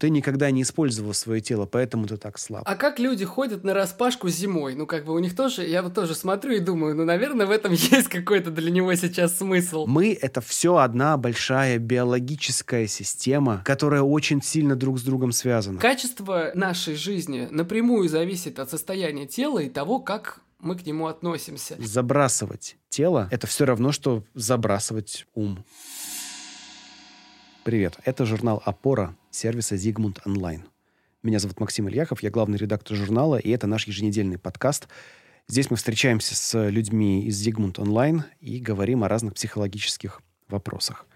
ты никогда не использовал свое тело, поэтому ты так слаб. А как люди ходят нараспашку зимой? Ну, как бы у них тоже, я вот тоже смотрю и думаю, ну, наверное, в этом есть какой-то для него сейчас смысл. Мы — это все одна большая биологическая система, которая очень сильно друг с другом связана. Качество нашей жизни напрямую зависит от состояния тела и того, как мы к нему относимся. Забрасывать тело — это все равно, что забрасывать ум. Привет, это журнал «Опора» сервиса Zigmund Online. Меня зовут Максим Ильяхов, я главный редактор журнала, и это наш еженедельный подкаст. Здесь мы встречаемся с людьми из Zigmund Online и говорим о разных психологических вопросах.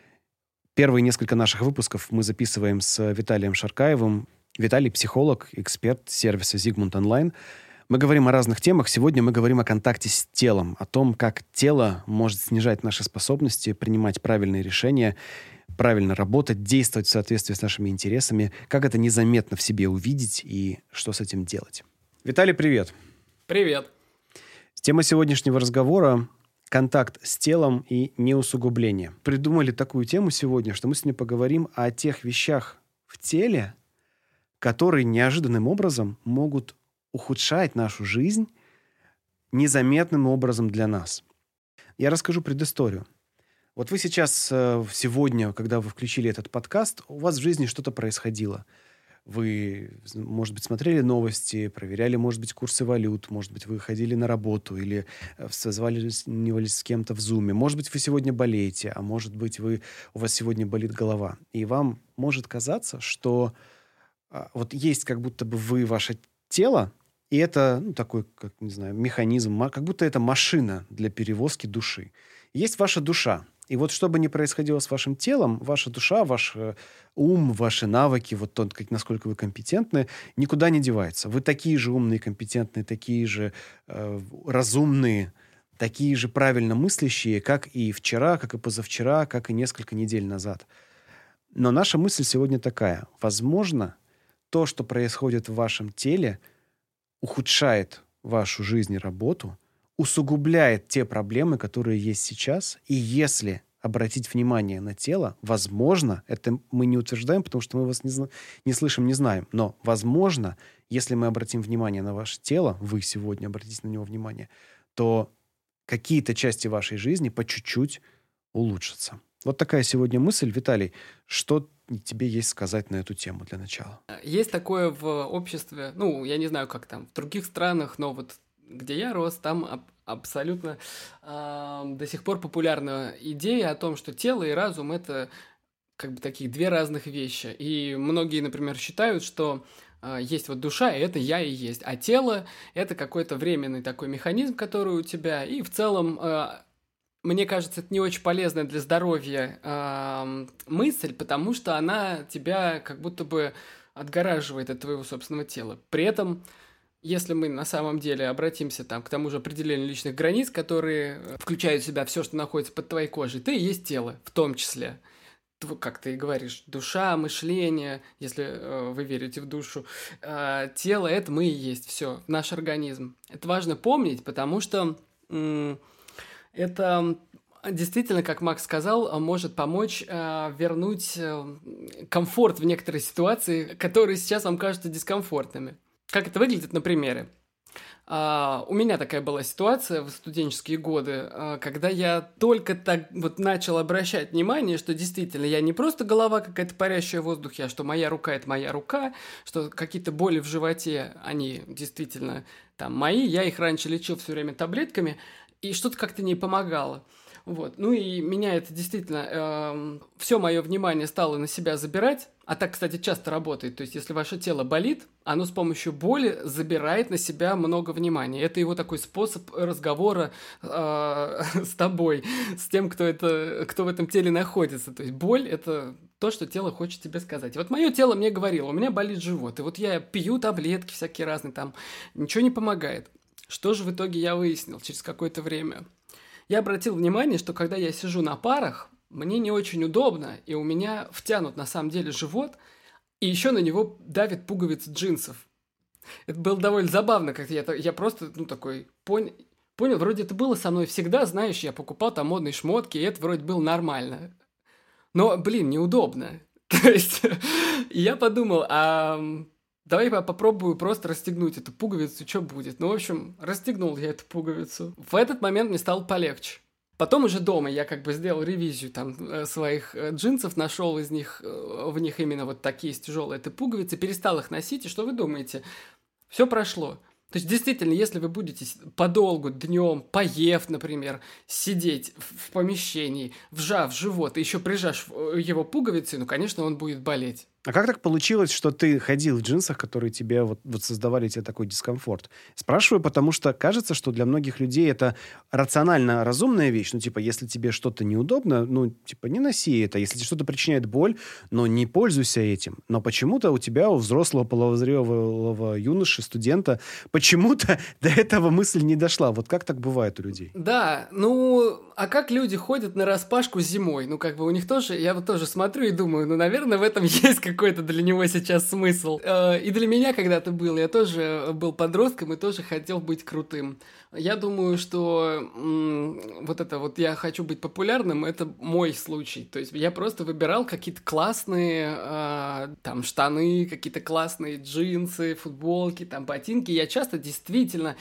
Первые несколько наших выпусков мы записываем с Виталием Шаркаевым. Виталий — психолог, эксперт сервиса Zigmund Online. Мы говорим о разных темах. Сегодня мы говорим о контакте с телом, о том, как тело может снижать наши способности, принимать правильные решения, правильно работать, действовать в соответствии с нашими интересами, как это незаметно в себе увидеть и что с этим делать. Виталий, привет. Привет. Тема сегодняшнего разговора — контакт с телом и неусугубление. Придумали такую тему сегодня, что мы сегодня поговорим о тех вещах в теле, которые неожиданным образом могут ухудшать нашу жизнь незаметным образом для нас. Я расскажу предысторию. Вот вы сейчас, сегодня, когда вы включили этот подкаст, у вас в жизни что-то происходило. Вы, может быть, смотрели новости, проверяли, может быть, курсы валют, может быть, вы ходили на работу или созванивались с кем-то в Зуме. Может быть, вы сегодня болеете, а может быть, у вас сегодня болит голова. И вам может казаться, что вот есть как будто бы ваше тело, и это такой, как, не знаю, механизм, как будто это машина для перевозки души. Есть ваша душа. И вот что бы ни происходило с вашим телом, ваша душа, ваш ум, ваши навыки, вот то, насколько вы компетентны, никуда не девается. Вы такие же умные, компетентные, такие же разумные, такие же правильно мыслящие, как и вчера, как и позавчера, как и несколько недель назад. Но наша мысль сегодня такая. Возможно, то, что происходит в вашем теле, ухудшает вашу жизнь и работу, усугубляет те проблемы, которые есть сейчас. И если обратить внимание на тело, возможно, это мы не утверждаем, потому что мы вас не слышим, не знаем, но, возможно, если мы обратим внимание на ваше тело, вы сегодня обратите на него внимание, то какие-то части вашей жизни по чуть-чуть улучшатся. Вот такая сегодня мысль. Виталий, что тебе есть сказать на эту тему для начала? Есть такое в обществе, я не знаю, как там в других странах, но вот где я рос, там абсолютно до сих пор популярна идея о том, что тело и разум — это как бы такие две разных вещи. И многие, например, считают, что есть вот душа, и это я и есть, а тело — это какой-то временный такой механизм, который у тебя, и в целом... Мне кажется, это не очень полезная для здоровья мысль, потому что она тебя как будто бы отгораживает от твоего собственного тела. При этом, если мы на самом деле обратимся к тому же определению личных границ, которые включают в себя все, что находится под твоей кожей, ты и есть тело, в том числе. Как ты и говоришь, душа, мышление, если вы верите в душу, тело — это мы и есть, все, наш организм. Это важно помнить, потому что... Это действительно, как Макс сказал, может помочь вернуть комфорт в некоторые ситуации, которые сейчас вам кажутся дискомфортными. Как это выглядит на примере? У меня такая была ситуация в студенческие годы, когда я только так вот начал обращать внимание, что действительно я не просто голова какая-то парящая в воздухе, а что моя рука — это моя рука, что какие-то боли в животе, они действительно там мои, я их раньше лечил все время таблетками, и что-то как-то не помогало. Вот. Ну и меня это действительно... все мое внимание стало на себя забирать. А так, кстати, часто работает. То есть, если ваше тело болит, оно с помощью боли забирает на себя много внимания. Это его такой способ разговора с тобой, с тем, кто в этом теле находится. То есть, боль — это то, что тело хочет тебе сказать. И вот мое тело мне говорило, у меня болит живот. И вот я пью таблетки всякие разные, там ничего не помогает. Что же в итоге я выяснил через какое-то время? Я обратил внимание, что когда я сижу на парах, мне не очень удобно, и у меня втянут на самом деле живот, и еще на него давит пуговицы джинсов. Это было довольно забавно, как я просто, такой, понял, вроде это было со мной всегда, знаешь, я покупал там модные шмотки, и это вроде было нормально. Но, неудобно. То есть я подумал, давай я попробую просто расстегнуть эту пуговицу, что будет. Ну, в общем, расстегнул я эту пуговицу. В этот момент мне стало полегче. Потом уже дома я как бы сделал ревизию там своих джинсов, нашел в них именно вот такие тяжелые пуговицы, перестал их носить, и что вы думаете? Все прошло. То есть, действительно, если вы будете подолгу, днем, поев, например, сидеть в помещении, вжав живот, и еще прижав его пуговицы, ну, конечно, он будет болеть. А как так получилось, что ты ходил в джинсах, которые тебе вот создавали тебе такой дискомфорт? Спрашиваю, потому что кажется, что для многих людей это рационально разумная вещь. Ну, типа, если тебе что-то неудобно, ну, типа, не носи это. Если тебе что-то причиняет боль, но не пользуйся этим. Но почему-то у тебя, у взрослого половозрелого юноши, студента, почему-то до этого мысль не дошла. Вот как так бывает у людей? Да, ну, а как люди ходят нараспашку зимой? Ну, как бы у них тоже, я вот тоже смотрю и думаю, ну, наверное, в этом есть какой-то для него сейчас смысл. И для меня когда-то был, я тоже был подростком и тоже хотел быть крутым. Я думаю, что вот это вот я хочу быть популярным, это мой случай. То есть я просто выбирал какие-то классные там штаны, какие-то классные джинсы, футболки, там ботинки. Я часто действительно,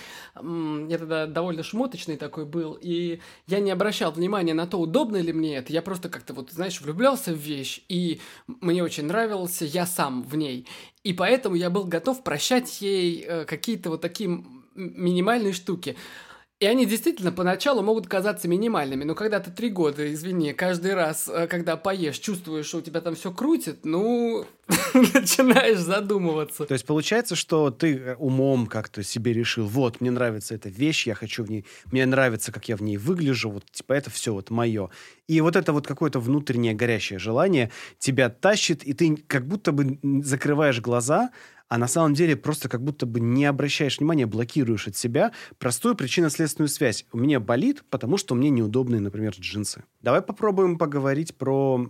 я тогда довольно шмоточный такой был, и я не обращал внимания на то, удобно ли мне это. Я просто как-то вот, знаешь, влюблялся в вещь, и мне очень нравился я сам в ней. И поэтому я был готов прощать ей какие-то вот такие минимальные штуки. И они действительно поначалу могут казаться минимальными, но когда ты 3 года, извини, каждый раз, когда поешь, чувствуешь, что у тебя там все крутит, ну, начинаешь задумываться. То есть получается, что ты умом как-то себе решил, вот, мне нравится эта вещь, я хочу в ней, мне нравится, как я в ней выгляжу, вот, типа, это все вот мое. И вот это вот какое-то внутреннее горящее желание тебя тащит, и ты как будто бы закрываешь глаза, а на самом деле просто как будто бы не обращаешь внимания, блокируешь от себя простую причинно-следственную связь. У меня болит, потому что мне неудобные, например, джинсы. Давай попробуем поговорить про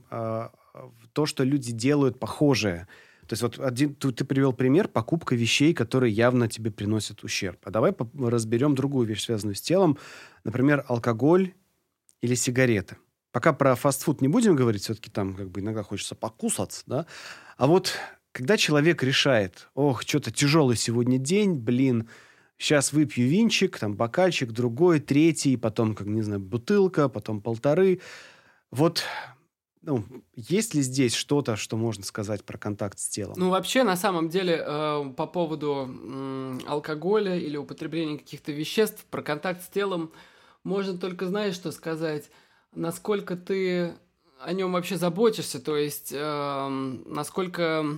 то, что люди делают похожее. То есть вот ты привел пример покупка вещей, которые явно тебе приносят ущерб. А давай разберем другую вещь, связанную с телом. Например, алкоголь или сигареты. Пока про фастфуд не будем говорить, все-таки там как бы иногда хочется покусаться, да? А вот когда человек решает, ох, что-то тяжелый сегодня день, блин, сейчас выпью винчик, там бокальчик, другой, третий, потом, как не знаю, бутылка, потом полторы. Вот, ну, есть ли здесь что-то, что можно сказать про контакт с телом? Ну, вообще, на самом деле, по поводу алкоголя или употребления каких-то веществ, про контакт с телом можно только, знаешь, что сказать, насколько ты о нем вообще заботишься, то есть насколько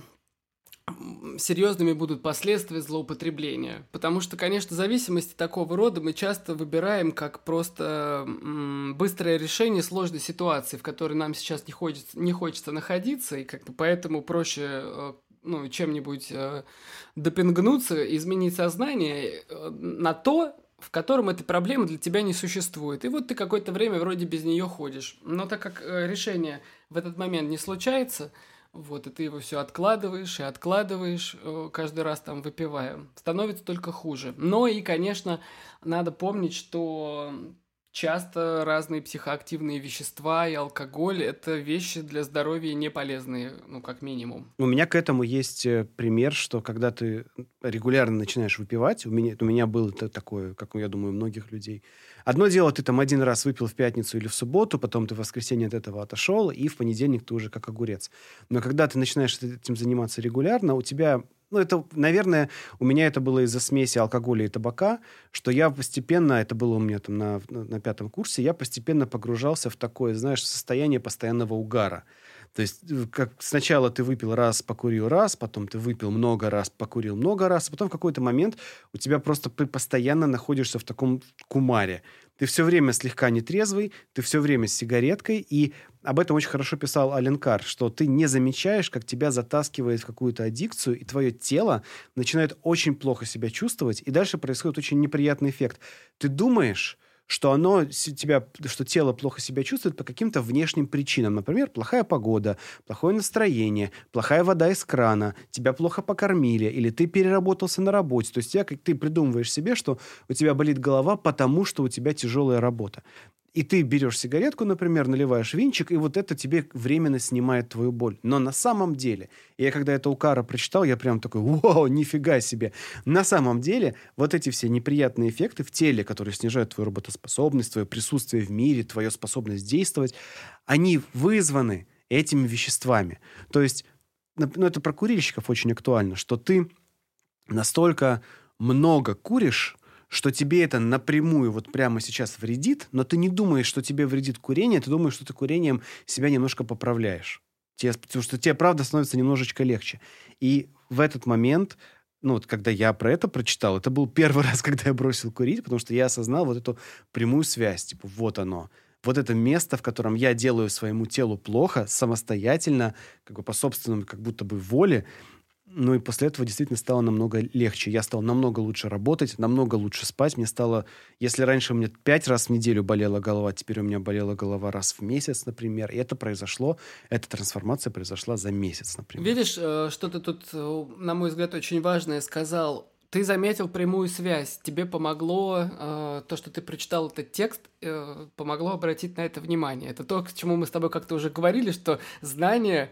серьезными будут последствия злоупотребления. Потому что, конечно, зависимости такого рода мы часто выбираем как просто быстрое решение сложной ситуации, в которой нам сейчас не хочется находиться, и как-то поэтому проще чем-нибудь допингнуться, изменить сознание на то, в котором эта проблема для тебя не существует. И вот ты какое-то время вроде без нее ходишь. Но так как решение в этот момент не случается, вот, и ты его все откладываешь и откладываешь, каждый раз там выпивая, становится только хуже. Но и, конечно, надо помнить, что часто разные психоактивные вещества и алкоголь – это вещи для здоровья не полезные, ну, как минимум. У меня к этому есть пример, что когда ты регулярно начинаешь выпивать, у меня было такое, как я думаю, у многих людей. Одно дело, ты там один раз выпил в пятницу или в субботу, потом ты в воскресенье от этого отошел, и в понедельник ты уже как огурец. Но когда ты начинаешь этим заниматься регулярно, у тебя... Ну, это, наверное, у меня это было из-за смеси алкоголя и табака, что я постепенно, это было у меня там на 5 курсе, я постепенно погружался в такое, знаешь, состояние постоянного угара. То есть, как сначала ты выпил раз, покурил раз, потом ты выпил много раз, покурил много раз, а потом в какой-то момент у тебя просто ты постоянно находишься в таком кумаре. Ты все время слегка нетрезвый, ты все время с сигареткой, и об этом очень хорошо писал Ален Карр, что ты не замечаешь, как тебя затаскивает в какую-то аддикцию, и твое тело начинает очень плохо себя чувствовать, и дальше происходит очень неприятный эффект. Ты думаешь, что что тело плохо себя чувствует по каким-то внешним причинам. Например, плохая погода, плохое настроение, плохая вода из крана, тебя плохо покормили, или ты переработался на работе. То есть ты придумываешь себе, что у тебя болит голова, потому что у тебя тяжелая работа. И ты берешь сигаретку, например, наливаешь винчик, и вот это тебе временно снимает твою боль. Но на самом деле, я когда это у Кара прочитал, я прям такой, вау, нифига себе. На самом деле, вот эти все неприятные эффекты в теле, которые снижают твою работоспособность, твое присутствие в мире, твою способность действовать, они вызваны этими веществами. То есть, ну, это про курильщиков очень актуально, что ты настолько много куришь, что тебе это напрямую вот прямо сейчас вредит, но ты не думаешь, что тебе вредит курение, ты думаешь, что ты курением себя немножко поправляешь. Потому что тебе, правда, становится немножечко легче. И в этот момент, ну, вот когда я про это прочитал, это был первый раз, когда я бросил курить, потому что я осознал вот эту прямую связь. Типа, вот оно. Вот это место, в котором я делаю своему телу плохо, самостоятельно, как бы по собственному, как будто бы воле. Ну и после этого действительно стало намного легче. Я стал намного лучше работать, намного лучше спать. Мне стало... Если раньше у меня 5 раз в неделю болела голова, теперь у меня болела голова раз в месяц, например. И это произошло, эта трансформация произошла за месяц, например. Видишь, что ты тут, на мой взгляд, очень важное сказал. Ты заметил прямую связь. Тебе помогло, то, что ты прочитал этот текст, помогло обратить на это внимание. Это то, к чему мы с тобой как-то уже говорили, что знание...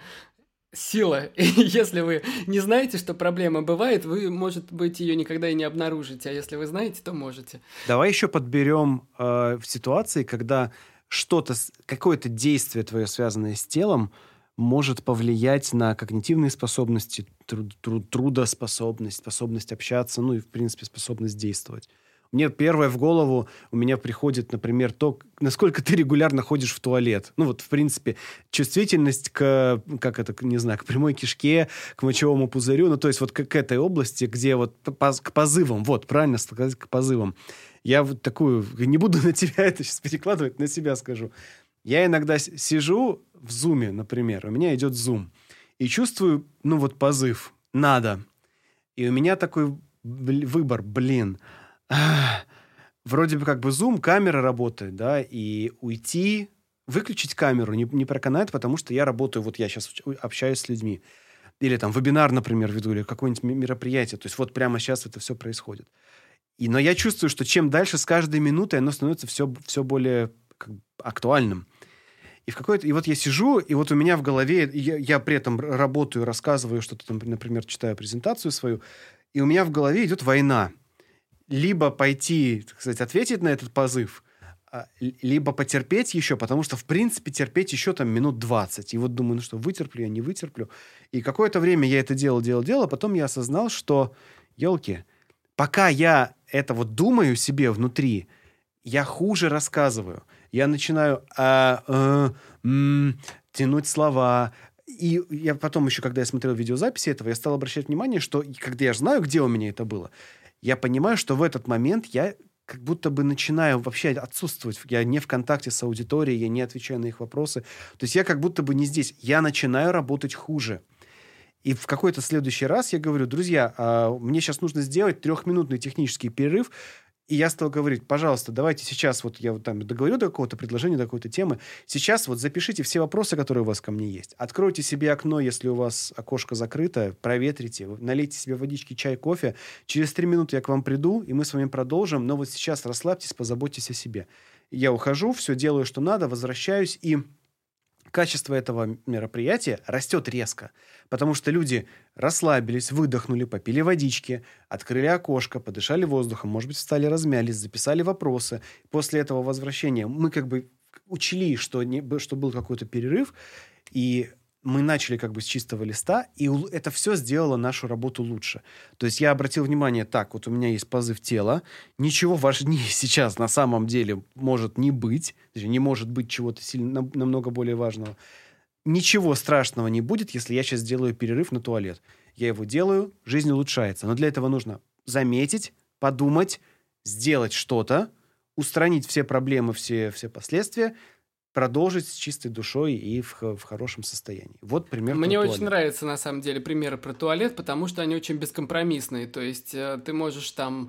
сила. И если вы не знаете, что проблема бывает, вы, может быть, ее никогда и не обнаружите. А если вы знаете, то можете. Давай еще подберем в ситуации, когда что-то, какое-то действие твое, связанное с телом, может повлиять на когнитивные способности, трудоспособность, способность общаться, ну и, в принципе, способность действовать. Мне первое в голову у меня приходит, например, то, насколько ты регулярно ходишь в туалет. Ну вот, в принципе, чувствительность к, как это, не знаю, к прямой кишке, к мочевому пузырю, ну то есть вот к этой области, где вот к позывам, вот, правильно сказать, к позывам. Я вот такую, не буду на тебя это сейчас перекладывать, на себя скажу. Я иногда сижу в зуме, например, у меня идет зум, и чувствую, ну вот позыв, надо. И у меня такой выбор, вроде бы как бы зум, камера работает, да, и уйти, выключить камеру не проканает, потому что я работаю, вот я сейчас общаюсь с людьми. Или там вебинар, например, веду, или какое-нибудь мероприятие. То есть вот прямо сейчас это все происходит. Но я чувствую, что чем дальше, с каждой минутой оно становится все более как бы актуальным. И вот я сижу, и вот у меня в голове, я при этом работаю, рассказываю что-то там, например, читаю презентацию свою, и у меня в голове идет война. Либо пойти, так сказать, ответить на этот позыв, либо потерпеть еще, потому что, в принципе, терпеть еще там минут 20. И вот думаю, ну что, вытерплю я, не вытерплю. И какое-то время я это делал, а потом я осознал, что, елки, пока я это вот думаю себе внутри, я хуже рассказываю. Я начинаю тянуть слова. И я потом еще, когда я смотрел видеозаписи этого, я стал обращать внимание, что когда я знаю, где у меня это было, я понимаю, что в этот момент я как будто бы начинаю вообще отсутствовать. Я не в контакте с аудиторией, я не отвечаю на их вопросы. То есть я как будто бы не здесь. Я начинаю работать хуже. И в какой-то следующий раз я говорю, друзья, мне сейчас нужно сделать 3-минутный технический перерыв. И я стал говорить, пожалуйста, давайте сейчас, вот я вот там договорю до какого-то предложения, до какой-то темы. Сейчас вот запишите все вопросы, которые у вас ко мне есть. Откройте себе окно, если у вас окошко закрыто, проветрите, налейте себе водички, чай, кофе. Через 3 минуты я к вам приду, и мы с вами продолжим. Но вот сейчас расслабьтесь, позаботьтесь о себе. Я ухожу, все делаю, что надо, возвращаюсь, и качество этого мероприятия растет резко, потому что люди расслабились, выдохнули, попили водички, открыли окошко, подышали воздухом, может быть, встали, размялись, записали вопросы. После этого возвращения мы как бы учли, что был какой-то перерыв, и мы начали как бы с чистого листа, и это все сделало нашу работу лучше. То есть я обратил внимание, так, вот у меня есть позыв тела, ничего важнее сейчас на самом деле может не быть, не может быть чего-то сильно, намного более важного. Ничего страшного не будет, если я сейчас сделаю перерыв на туалет. Я его делаю, жизнь улучшается. Но для этого нужно заметить, подумать, сделать что-то, устранить все проблемы, все последствия, продолжить с чистой душой и в хорошем состоянии. Вот пример Мне про очень туалет. нравятся, на самом деле, примеры про туалет, потому что они очень бескомпромиссные. То есть ты можешь там,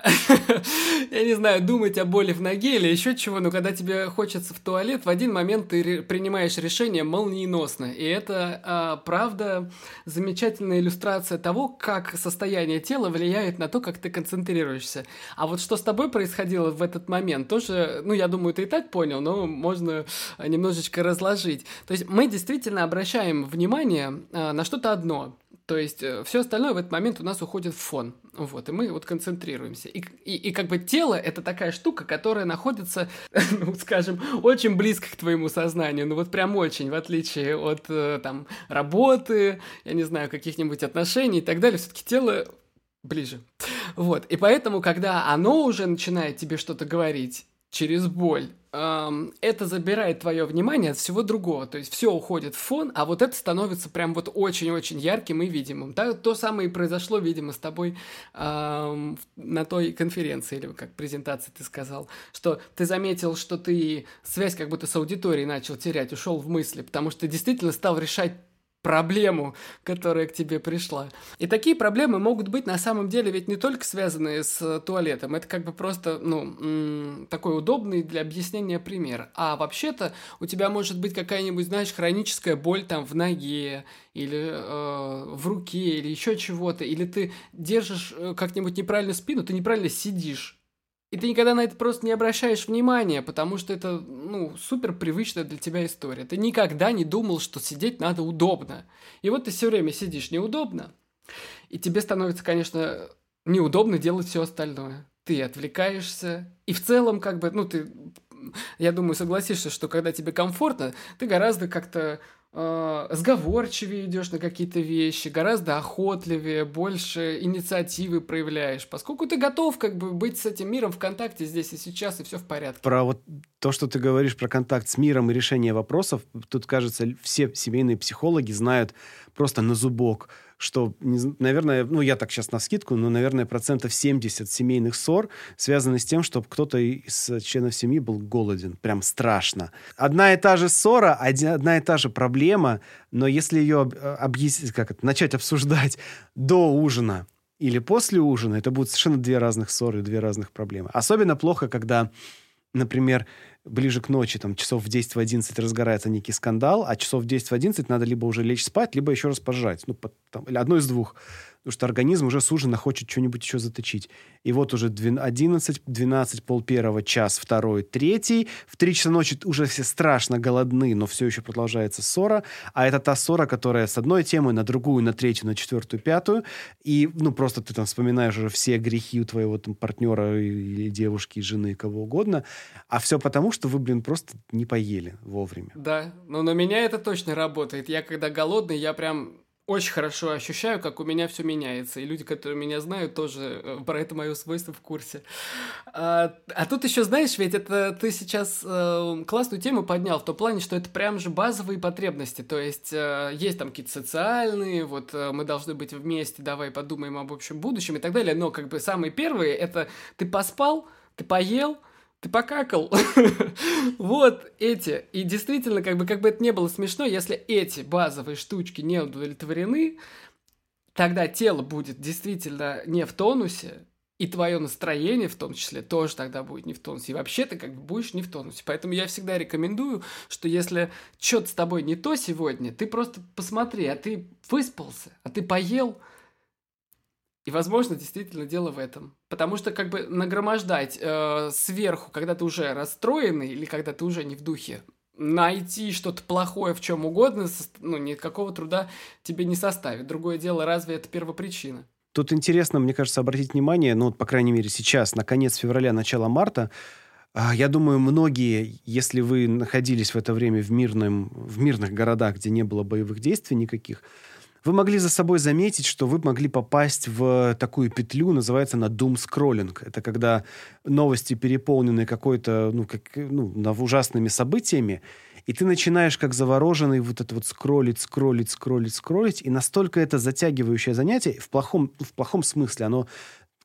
я не знаю, думать о боли в ноге или еще чего, но когда тебе хочется в туалет, в один момент ты принимаешь решение молниеносно. И это, правда, замечательная иллюстрация того, как состояние тела влияет на то, как ты концентрируешься. А вот что с тобой происходило в этот момент, тоже, ну, я думаю, ты и так понял, но можно немножечко разложить. То есть мы действительно обращаем внимание на что-то одно. То есть все остальное в этот момент у нас уходит в фон. Вот, и мы вот концентрируемся. И как бы тело — это такая штука, которая находится, ну, скажем, очень близко к твоему сознанию. Ну, вот прям очень, в отличие от там работы, я не знаю, каких-нибудь отношений и так далее. Все-таки тело ближе. Вот, и поэтому, когда оно уже начинает тебе что-то говорить через боль, это забирает твое внимание от всего другого. То есть все уходит в фон, а вот это становится прям вот очень-очень ярким и видимым. Да, то самое и произошло, видимо, с тобой на той конференции, или как презентации ты сказал, что ты заметил, что ты связь как будто с аудиторией начал терять, ушел в мысли, потому что ты действительно стал решать проблему, которая к тебе пришла. И такие проблемы могут быть на самом деле ведь не только связанные с туалетом. Это как бы просто, ну, такой удобный для объяснения пример. А вообще-то у тебя может быть какая-нибудь, знаешь, хроническая боль там в ноге или в руке, или еще чего-то. Или ты держишь как-нибудь неправильно спину, ты неправильно сидишь. И ты никогда на это просто не обращаешь внимания, потому что это, ну, супер привычная для тебя история. Ты никогда не думал, что сидеть надо удобно. И вот ты все время сидишь неудобно, и тебе становится, конечно, неудобно делать все остальное. Ты отвлекаешься, и в целом, как бы, ну, ты, я думаю, согласишься, что когда тебе комфортно, ты гораздо как-то сговорчивее идешь на какие-то вещи, гораздо охотливее, больше инициативы проявляешь, поскольку ты готов как бы быть с этим миром в контакте здесь и сейчас, и все в порядке. Про вот то, что ты говоришь про контакт с миром и решение вопросов, тут, кажется, все семейные психологи знают просто на зубок, что, наверное, ну, я так сейчас навскидку, но, наверное, 70% семейных ссор связаны с тем, что кто-то из членов семьи был голоден. Прям страшно. Одна и та же ссора, одна и та же проблема, но если ее начать обсуждать до ужина или после ужина, это будут совершенно две разных ссоры, две разных проблемы. Особенно плохо, когда, например, ближе к ночи, там, часов в 10-11 разгорается некий скандал, а часов в 10-11 надо либо уже лечь спать, либо еще раз пожрать. Ну, или одно из двух. Потому что организм уже с ужина хочет что-нибудь еще заточить. И вот уже 11, 12, полпервого, час, второй, третий. В 3 часа ночи уже все страшно голодны, но все еще продолжается ссора. А это та ссора, которая с одной темы на другую, на третью, на четвертую, пятую. И, ну, просто ты там вспоминаешь уже все грехи у твоего там партнера или девушки, жены, кого угодно. А все потому, что вы, блин, просто не поели вовремя. Да, но на меня это точно работает. Я когда голодный, я прям очень хорошо ощущаю, как у меня все меняется. И люди, которые меня знают, тоже про это мое свойство в курсе. А тут еще, знаешь, ведь это ты сейчас классную тему поднял в том плане, что это прям же базовые потребности. То есть есть там какие-то социальные, вот мы должны быть вместе, давай подумаем об общем будущем и так далее. Но как бы самые первые — это ты поспал, ты поел, ты покакал. Вот эти. И действительно, как бы это не было смешно, если эти базовые штучки не удовлетворены, тогда тело будет действительно не в тонусе, и твое настроение в том числе тоже тогда будет не в тонусе. И вообще ты как бы будешь не в тонусе. Поэтому я всегда рекомендую, что если что-то с тобой не то сегодня, ты просто посмотри, а ты выспался, а ты поел. И, возможно, действительно дело в этом. Потому что как бы нагромождать сверху, когда ты уже расстроенный или когда ты уже не в духе, найти что-то плохое в чем угодно, ну, никакого труда тебе не составит. Другое дело, разве это первопричина? Тут интересно, мне кажется, обратить внимание, ну, вот, по крайней мере, сейчас, на конец февраля, начало марта, я думаю, многие, если вы находились в это время в мирных городах, где не было боевых действий никаких, вы могли за собой заметить, что вы могли попасть в такую петлю, называется она doom-скроллинг. Это когда новости переполнены какой-то, ужасными событиями, и ты начинаешь как завороженный вот это вот скроллить, и настолько это затягивающее занятие, в плохом смысле, оно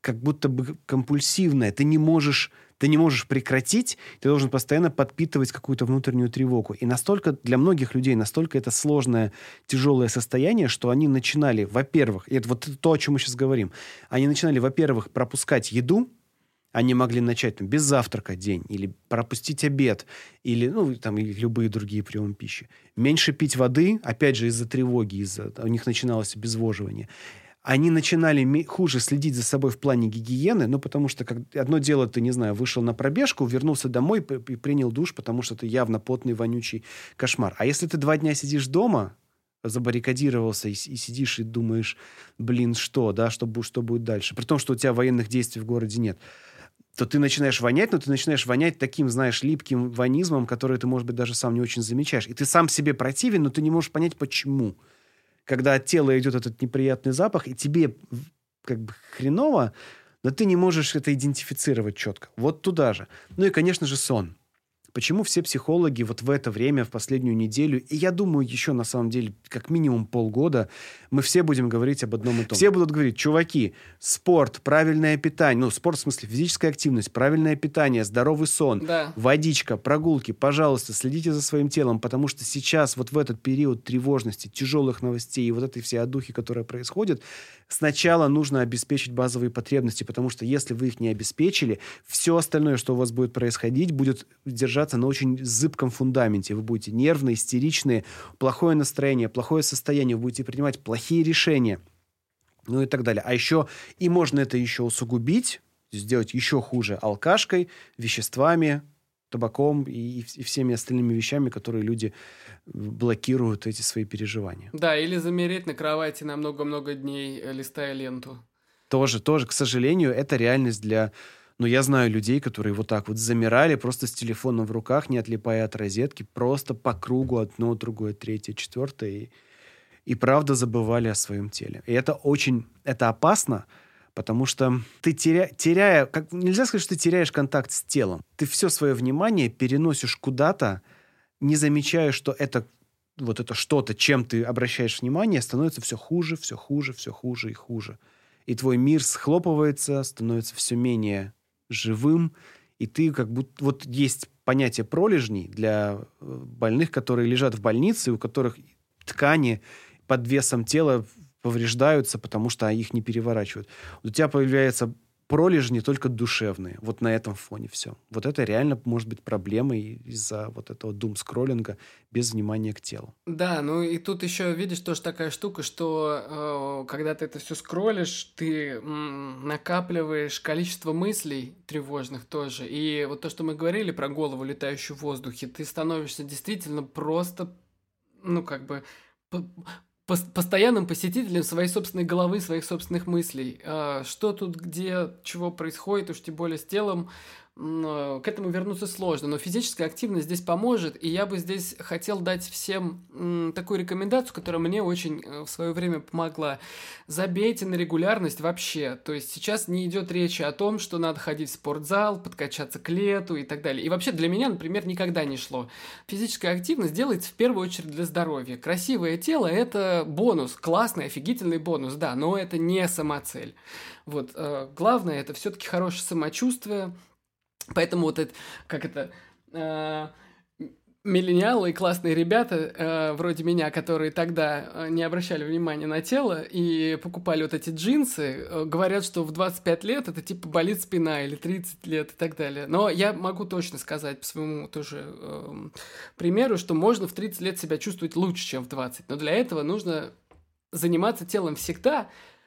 как будто бы компульсивное. Ты не можешь прекратить, ты должен постоянно подпитывать какую-то внутреннюю тревогу. И настолько, для многих людей, настолько это сложное, тяжелое состояние, что они начинали, во-первых, и это вот то, о чем мы сейчас говорим, они начинали, во-первых, пропускать еду, они могли начать там, без завтрака день, или пропустить обед, или, или любые другие приемы пищи. Меньше пить воды, опять же, из-за тревоги, у них начиналось обезвоживание. Они начинали хуже следить за собой в плане гигиены, потому что одно дело, ты, не знаю, вышел на пробежку, вернулся домой и принял душ, потому что ты явно потный, вонючий кошмар. А если ты 2 дня сидишь дома, забаррикадировался и сидишь и думаешь, что будет дальше, при том, что у тебя военных действий в городе нет, то ты начинаешь вонять, но ты начинаешь вонять таким, знаешь, липким вонизмом, который ты, может быть, даже сам не очень замечаешь. И ты сам себе противен, но ты не можешь понять, почему. Когда от тела идет этот неприятный запах, и тебе как бы хреново, но ты не можешь это идентифицировать четко. Вот туда же. Ну и, конечно же, сон. Почему все психологи вот в это время, в последнюю неделю, и я думаю, еще на самом деле, как минимум полгода, мы все будем говорить об одном и том. Все будут говорить, чуваки, спорт, правильное питание, спорт в смысле физическая активность, правильное питание, здоровый сон, водичка, прогулки, пожалуйста, следите за своим телом, потому что сейчас вот в этот период тревожности, тяжелых новостей и вот этой всей одухи, которая происходит, сначала нужно обеспечить базовые потребности, потому что если вы их не обеспечили, все остальное, что у вас будет происходить, будет держаться на очень зыбком фундаменте. Вы будете нервные, истеричные, плохое настроение, плохое состояние, вы будете принимать плохие решения, и так далее. А еще, и можно это еще усугубить, сделать еще хуже алкашкой, веществами, табаком и всеми остальными вещами, которые люди блокируют эти свои переживания. Да, или замереть на кровати на много-много дней, листая ленту. Тоже, к сожалению, это реальность для... я знаю людей, которые вот так вот замирали просто с телефоном в руках, не отлипая от розетки, просто по кругу одно, другое, третье, четвертое, и правда забывали о своем теле. И это опасно, потому что ты нельзя сказать, что ты теряешь контакт с телом. Ты все свое внимание переносишь куда-то, не замечая, что это что-то, чем ты обращаешь внимание, становится все хуже и хуже. И твой мир схлопывается, становится все менее живым, и ты как будто... Вот есть понятие пролежней для больных, которые лежат в больнице, у которых ткани под весом тела повреждаются, потому что их не переворачивают. У тебя появляются пролежни только душевные. Вот на этом фоне все. Вот это реально может быть проблемой из-за вот этого думскроллинга без внимания к телу. Да, и тут еще, видишь, тоже такая штука, что когда ты это все скроллишь, ты накапливаешь количество мыслей тревожных тоже. И вот то, что мы говорили про голову, летающую в воздухе, ты становишься действительно просто, постоянным посетителем своей собственной головы, своих собственных мыслей. Что тут, где, чего происходит, уж тем более с телом, к этому вернуться сложно. Но физическая активность здесь поможет, и я бы здесь хотел дать всем такую рекомендацию, которая мне очень в свое время помогла. Забейте на регулярность вообще. То есть сейчас не идет речи о том, что надо ходить в спортзал, подкачаться к лету и так далее. И вообще для меня, например, никогда не шло. Физическая активность делается в первую очередь для здоровья. Красивое тело – это бонус, классный, офигительный бонус, да, но это не самоцель. Вот, главное – это все-таки хорошее самочувствие. Поэтому миллениалы и классные ребята, вроде меня, которые тогда не обращали внимания на тело и покупали вот эти джинсы, говорят, что в 25 лет это типа болит спина или 30 лет и так далее. Но я могу точно сказать по своему тоже примеру, что можно в 30 лет себя чувствовать лучше, чем в 20. Но для этого нужно заниматься телом всегда,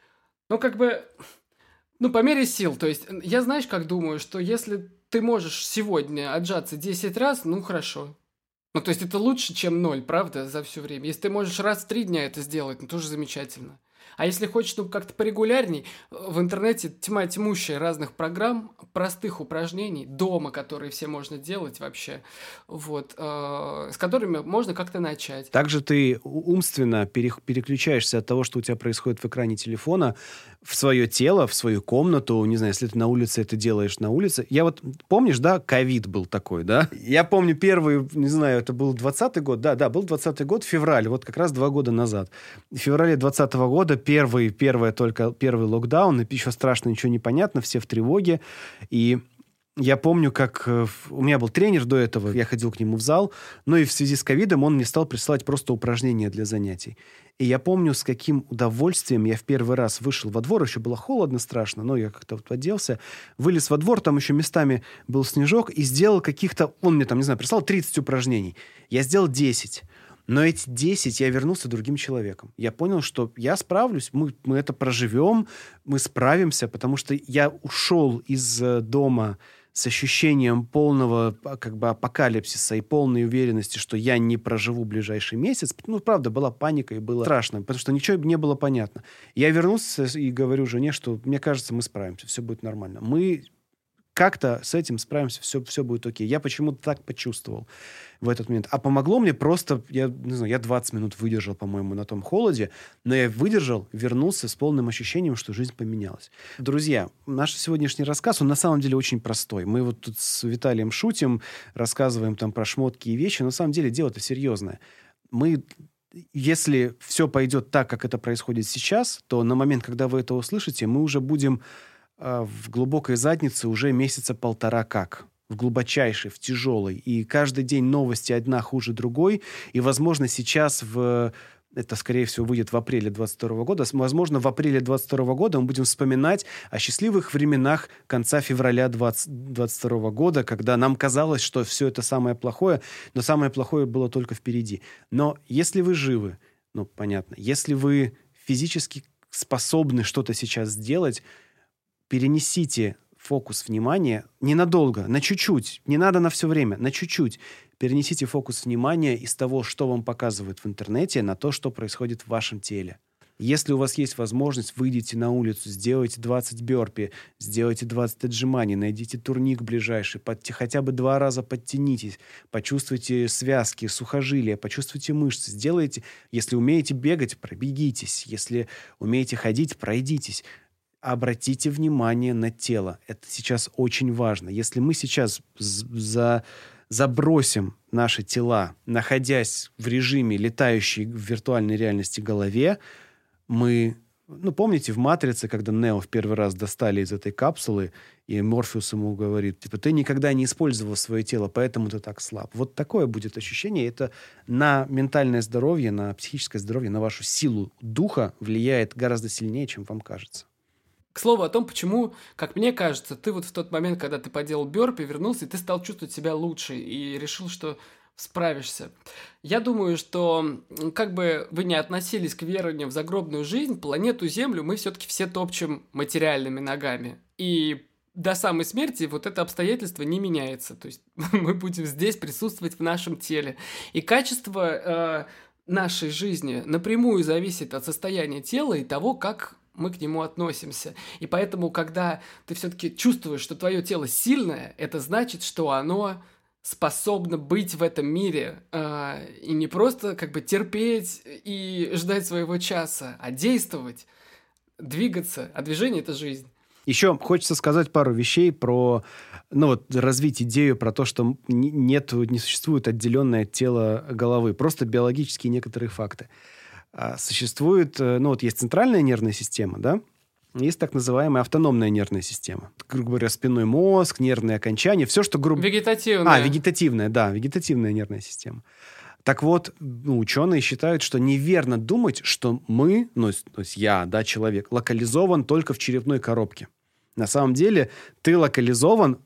по мере сил. То есть я, знаешь, как думаю, что если ты можешь сегодня отжаться 10 раз, хорошо. То есть это лучше, чем 0, правда, за все время. Если ты можешь раз в 3 дня это сделать, тоже замечательно. А если хочешь, как-то порегулярней, в интернете тьма тьмущая разных программ, простых упражнений дома, которые все можно делать вообще, с которыми можно как-то начать. Также ты умственно переключаешься от того, что у тебя происходит в экране телефона, в свое тело, в свою комнату. Не знаю, если ты на улице это делаешь на улице. Помнишь, да, ковид был такой, да? Я помню первый, не знаю, это был 20-й год. Да, был 20-й год, февраль, вот как раз 2 года назад. В феврале 2020 года года, первый локдаун, и еще страшно, ничего не понятно, все в тревоге. И я помню, как у меня был тренер до этого, я ходил к нему в зал, но и в связи с ковидом он мне стал присылать просто упражнения для занятий. И я помню, с каким удовольствием я в первый раз вышел во двор, еще было холодно страшно, но я как-то вот оделся, вылез во двор, там еще местами был снежок, и сделал каких-то, он мне там, не знаю, прислал 30 упражнений. Я сделал 10. Но эти 10 я вернулся другим человеком. Я понял, что я справлюсь, мы это проживем, мы справимся, потому что я ушел из дома с ощущением полного как бы апокалипсиса и полной уверенности, что я не проживу ближайший месяц. Ну, правда, была паника и было страшно, потому что ничего не было понятно. Я вернулся и говорю жене, что мне кажется, мы справимся, все будет нормально. Мы как-то с этим справимся, все будет окей. Я почему-то так почувствовал в этот момент. А помогло мне просто, я не знаю, я 20 минут выдержал, по-моему, на том холоде, но я выдержал, вернулся с полным ощущением, что жизнь поменялась. Друзья, наш сегодняшний рассказ, он на самом деле очень простой. Мы вот тут с Виталием шутим, рассказываем там про шмотки и вещи, но на самом деле дело-то серьезное. Если все пойдет так, как это происходит сейчас, то на момент, когда вы это услышите, мы уже будем в глубокой заднице уже месяца полтора как. В глубочайшей, в тяжелой. И каждый день новости одна хуже другой. И, возможно, сейчас это, скорее всего, выйдет в апреле 2022 года. Возможно, в апреле 2022 года мы будем вспоминать о счастливых временах конца февраля 2022 года, когда нам казалось, что все это самое плохое, но самое плохое было только впереди. Но если вы живы, ну, понятно, если вы физически способны что-то сейчас сделать, перенесите фокус внимания ненадолго, на чуть-чуть, не надо на все время, на чуть-чуть. Перенесите фокус внимания из того, что вам показывают в интернете, на то, что происходит в вашем теле. Если у вас есть возможность, выйдите на улицу, сделайте 20 бёрпи, сделайте 20 отжиманий, найдите турник ближайший, хотя бы 2 раза подтянитесь, почувствуйте связки, сухожилия, почувствуйте мышцы, сделайте. Если умеете бегать, пробегитесь. Если умеете ходить, пройдитесь. Обратите внимание на тело. Это сейчас очень важно. Если мы сейчас забросим наши тела, находясь в режиме летающей в виртуальной реальности голове, мы... Ну, помните, в «Матрице», когда Нео в первый раз достали из этой капсулы, и Морфеус ему говорит, типа, ты никогда не использовал свое тело, поэтому ты так слаб. Вот такое будет ощущение. Это на ментальное здоровье, на психическое здоровье, на вашу силу духа влияет гораздо сильнее, чем вам кажется. К слову о том, почему, как мне кажется, ты вот в тот момент, когда ты поделал бёрпи, вернулся, и ты стал чувствовать себя лучше, и решил, что справишься. Я думаю, что как бы вы ни относились к верованию в загробную жизнь, планету Землю мы все-таки все топчем материальными ногами. И до самой смерти вот это обстоятельство не меняется. То есть мы будем здесь присутствовать в нашем теле. И качество нашей жизни напрямую зависит от состояния тела и того, как мы к нему относимся. И поэтому, когда ты все-таки чувствуешь, что твое тело сильное, это значит, что оно способно быть в этом мире и не просто как бы терпеть и ждать своего часа, а действовать, двигаться. А движение – это жизнь. Еще хочется сказать пару вещей про, развить идею про то, что не существует отделенное от тела головы. Просто биологические некоторые факты. Существует, есть центральная нервная система, да? Есть так называемая автономная нервная система. Грубо говоря, спинной мозг, нервные окончания, все, что Вегетативная. Вегетативная нервная система. Так вот, ученые считают, что неверно думать, что мы, то есть я, человек, локализован только в черепной коробке. На самом деле ты локализован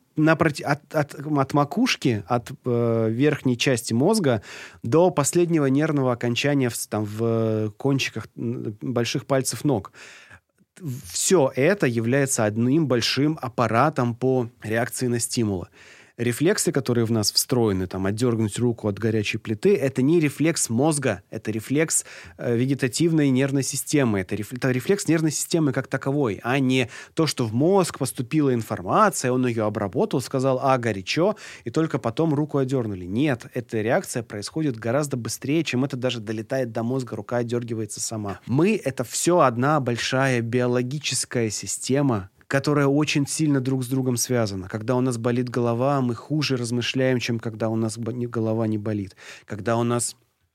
от макушки, от верхней части мозга до последнего нервного окончания в кончиках больших пальцев ног. Все это является одним большим аппаратом по реакции на стимулы. Рефлексы, которые в нас встроены, отдернуть руку от горячей плиты, это не рефлекс мозга, это рефлекс вегетативной нервной системы, это рефлекс нервной системы как таковой, а не то, что в мозг поступила информация, он ее обработал, сказал, горячо, и только потом руку отдернули. Нет, эта реакция происходит гораздо быстрее, чем это даже долетает до мозга, рука отдергивается сама. Мы — это все одна большая биологическая система, которая очень сильно друг с другом связана. Когда у нас болит голова, мы хуже размышляем, чем когда у нас голова не болит. Когда у нас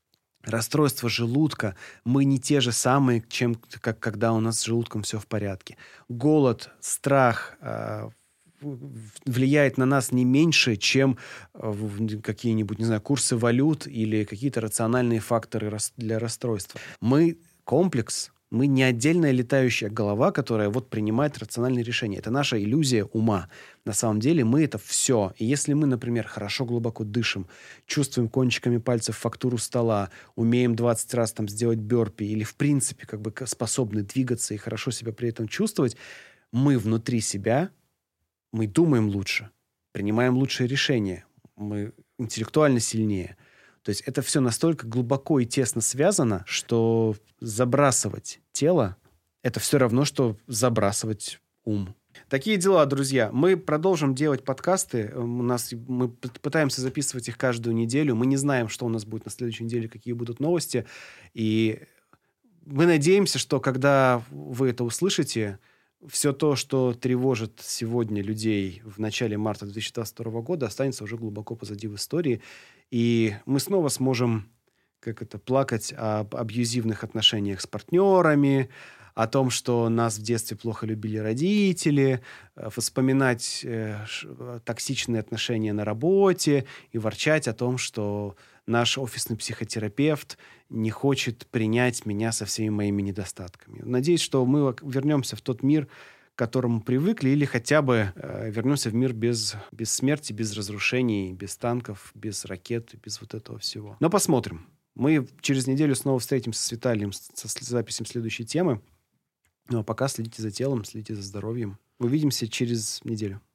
расстройство желудка, мы не те же самые, как когда у нас с желудком все в порядке. Голод, страх влияет на нас не меньше, чем какие-нибудь, не знаю, курсы валют или какие-то рациональные факторы для расстройства. Мы комплекс, мы не отдельная летающая голова, которая вот принимает рациональные решения. Это наша иллюзия ума. На самом деле мы это все. И если мы, например, хорошо глубоко дышим, чувствуем кончиками пальцев фактуру стола, умеем 20 раз там сделать бёрпи или в принципе как бы способны двигаться и хорошо себя при этом чувствовать, мы внутри себя, мы думаем лучше, принимаем лучшие решения, мы интеллектуально сильнее. То есть это все настолько глубоко и тесно связано, что забрасывать тело – это все равно, что забрасывать ум. Такие дела, друзья. Мы продолжим делать подкасты. Мы пытаемся записывать их каждую неделю. Мы не знаем, что у нас будет на следующей неделе, какие будут новости. И мы надеемся, что когда вы это услышите, все то, что тревожит сегодня людей в начале марта 2022 года, останется уже глубоко позади в истории. И мы снова сможем плакать об абьюзивных отношениях с партнерами, о том, что нас в детстве плохо любили родители, вспоминать токсичные отношения на работе и ворчать о том, что наш офисный психотерапевт не хочет принять меня со всеми моими недостатками. Надеюсь, что мы вернемся в тот мир, к которому привыкли, или хотя бы вернемся в мир без смерти, без разрушений, без танков, без ракет, без вот этого всего. Но посмотрим. Мы через неделю снова встретимся с Виталием со записью следующей темы. Ну а пока следите за телом, следите за здоровьем. Увидимся через неделю.